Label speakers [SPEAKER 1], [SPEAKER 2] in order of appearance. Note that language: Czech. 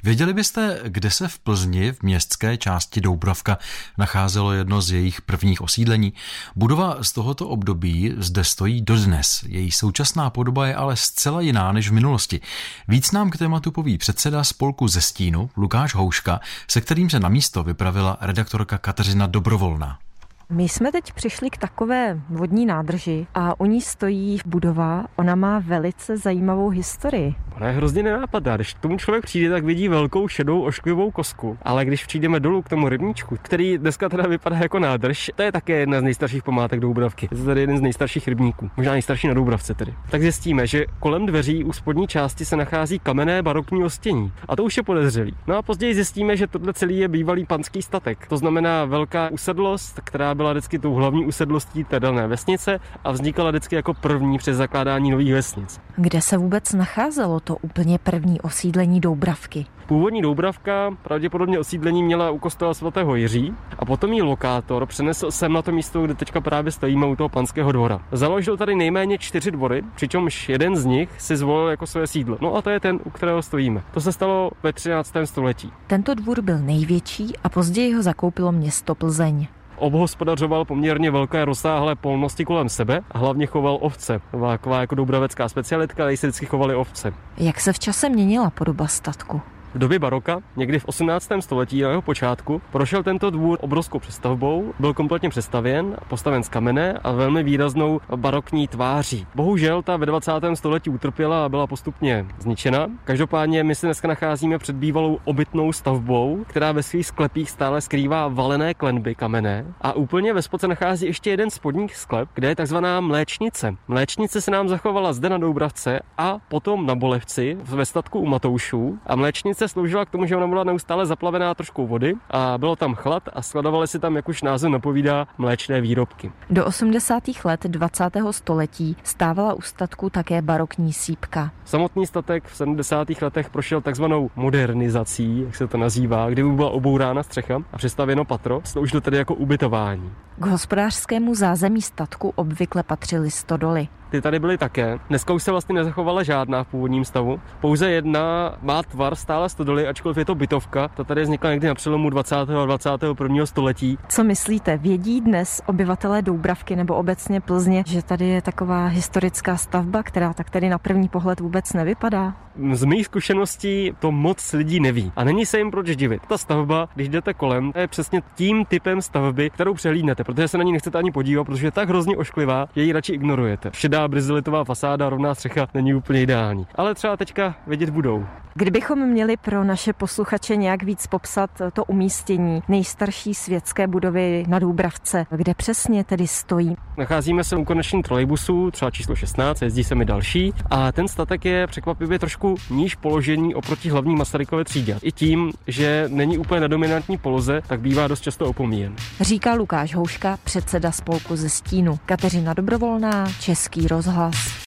[SPEAKER 1] Věděli byste, kde se v Plzni v městské části Doubravka nacházelo jedno z jejich prvních osídlení? Budova z tohoto období zde stojí dodnes. Její současná podoba je ale zcela jiná než v minulosti. Víc nám k tématu poví předseda spolku Ze stínu Lukáš Houška, se kterým se na místo vypravila redaktorka Kateřina Dobrovolná.
[SPEAKER 2] My jsme teď přišli k takové vodní nádrži a u ní stojí budova. Ona má velice zajímavou historii.
[SPEAKER 3] Ona je hrozně nenápadná. Když k tomu člověk přijde, tak vidí velkou šedou ošklivou kosku. Ale když přijdeme dolů k tomu rybníčku, který dneska teda vypadá jako nádrž, to je také jedna z nejstarších památek Doubravky. Je to tady jeden z nejstarších rybníků, možná nejstarší na Doubravce tedy. Tak zjistíme, že kolem dveří u spodní části se nachází kamenné barokní ostění. A to už je podezřelý. No a později zjistíme, že tohle celý je bývalý panský statek. To znamená velká usedlost, která byla vždycky tou hlavní usedlostí té dané vesnice a vznikala vždycky jako první při zakládání nových vesnic.
[SPEAKER 2] Kde se vůbec nacházelo to úplně první osídlení Doubravky?
[SPEAKER 3] Původní Doubravka pravděpodobně osídlení měla u kostela svatého Jiří a potom jí lokátor přenesl sem na to místo, kde teďka právě stojíme u toho panského dvora. Založil tady nejméně 4 dvory, přičemž jeden z nich si zvolil jako své sídlo. No a to je ten, u kterého stojíme. To se stalo ve 13. století.
[SPEAKER 2] Tento dvůr byl největší a později ho zakoupilo město Plzeň.
[SPEAKER 3] Obhospodařoval poměrně velké rozsáhlé polnosti kolem sebe a hlavně choval ovce. Taková jako doubravecká specialitka, tady se vždycky chovaly ovce.
[SPEAKER 2] Jak se v čase měnila podoba statku?
[SPEAKER 3] V době baroka, někdy v 18. století na jeho počátku, prošel tento dvůr obrovskou přestavbou, byl kompletně přestavěn, postaven z kamene a velmi výraznou barokní tváří. Bohužel ta ve 20. století utrpěla a byla postupně zničena. Každopádně my se dneska nacházíme před bývalou obytnou stavbou, která ve svých sklepích stále skrývá valené klenby kamenné a úplně ve spodce nachází ještě jeden spodní sklep, kde je takzvaná mléčnice. Mléčnice se nám zachovala zde na Doubravce a potom na Bolevci ve statku u Matoušů a mléčnice sloužila k tomu, že ona byla neustále zaplavená troškou vody a bylo tam chlad a skladovaly si tam, jak už název napovídá, mléčné výrobky.
[SPEAKER 2] Do 80. let 20. století stávala u statku také barokní sýpka.
[SPEAKER 3] Samotný statek v 70. letech prošel takzvanou modernizací, jak se to nazývá, kdy byla obourána střecha a přestavěno patro, sloužilo tedy jako ubytování.
[SPEAKER 2] K hospodářskému zázemí statku obvykle patřily stodoly.
[SPEAKER 3] Ty tady byly také. Dneska už se vlastně nezachovala žádná v původním stavu. Pouze jedna má tvar stále stodoly, ačkoliv je to bytovka. Ta tady vznikla někdy na přelomu 20. a 21. století.
[SPEAKER 2] Co myslíte, vědí dnes obyvatelé Doubravky nebo obecně Plzně, že tady je taková historická stavba, která tak tady na první pohled vůbec nevypadá?
[SPEAKER 3] Z mých zkušeností to moc lidí neví. A není se jim proč divit. Ta stavba, když jdete kolem, je přesně tím typem stavby, kterou přehlídnete, protože se na ní nechcete ani podívat, protože je tak hrozně ošklivá, že ji radši ignorujete. Šedá bryzelitová fasáda, rovná střecha není úplně ideální. Ale třeba teďka vědět budou.
[SPEAKER 2] Kdybychom měli pro naše posluchače nějak víc popsat to umístění nejstarší světské budovy na Doubravce, kde přesně tedy stojí?
[SPEAKER 3] Nacházíme se u konečných trolejbusů, třeba číslo 16, jezdí se mi další, a ten statek je překvapivě trošku níž položení oproti hlavní Masarykově třídě. I tím, že není úplně na dominantní poloze, tak bývá dost často opomíjen.
[SPEAKER 2] Říká Lukáš Houška, předseda spolku Ze stínu. Kateřina Dobrovolná, Český rozhlas.